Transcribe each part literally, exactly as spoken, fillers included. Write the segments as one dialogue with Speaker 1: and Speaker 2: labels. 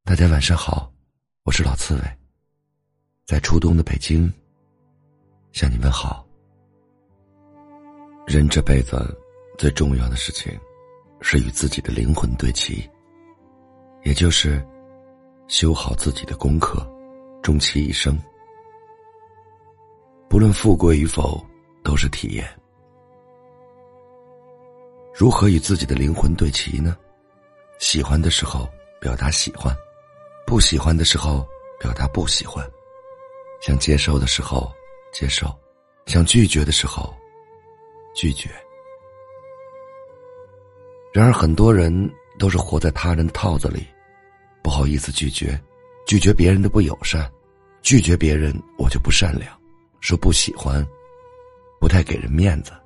Speaker 1: 大家晚上好，我是老刺猬，在初冬的北京向你问好。人这辈子最重要的事情是与自己的灵魂对齐，也就是修好自己的功课，终其一生。不论富贵与否，都是体验。如何与自己的灵魂对齐呢？喜欢的时候表达喜欢，不喜欢的时候表达不喜欢，想接受的时候接受，想拒绝的时候拒绝。然而很多人都是活在他人的套子里，不好意思拒绝，拒绝别人的不友善，拒绝别人我就不善良，说不喜欢，不太给人面子。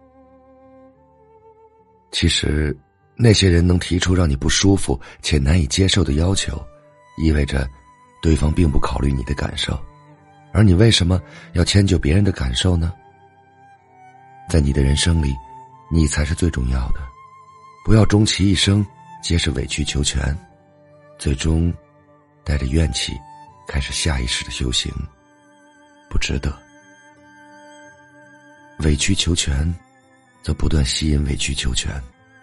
Speaker 1: 其实那些人能提出让你不舒服且难以接受的要求，意味着对方并不考虑你的感受，而你为什么要迁就别人的感受呢？在你的人生里，你才是最重要的，不要终其一生皆是委曲求全，最终带着怨气开始下意识的修行，不值得。委曲求全则不断吸引委曲求全，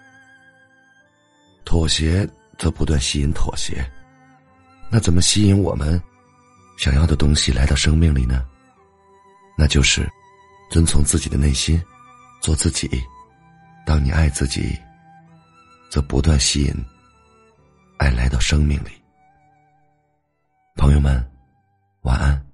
Speaker 1: 妥协则不断吸引妥协。那怎么吸引我们想要的东西来到生命里呢？那就是遵从自己的内心，做自己。当你爱自己，则不断吸引爱来到生命里。朋友们，晚安。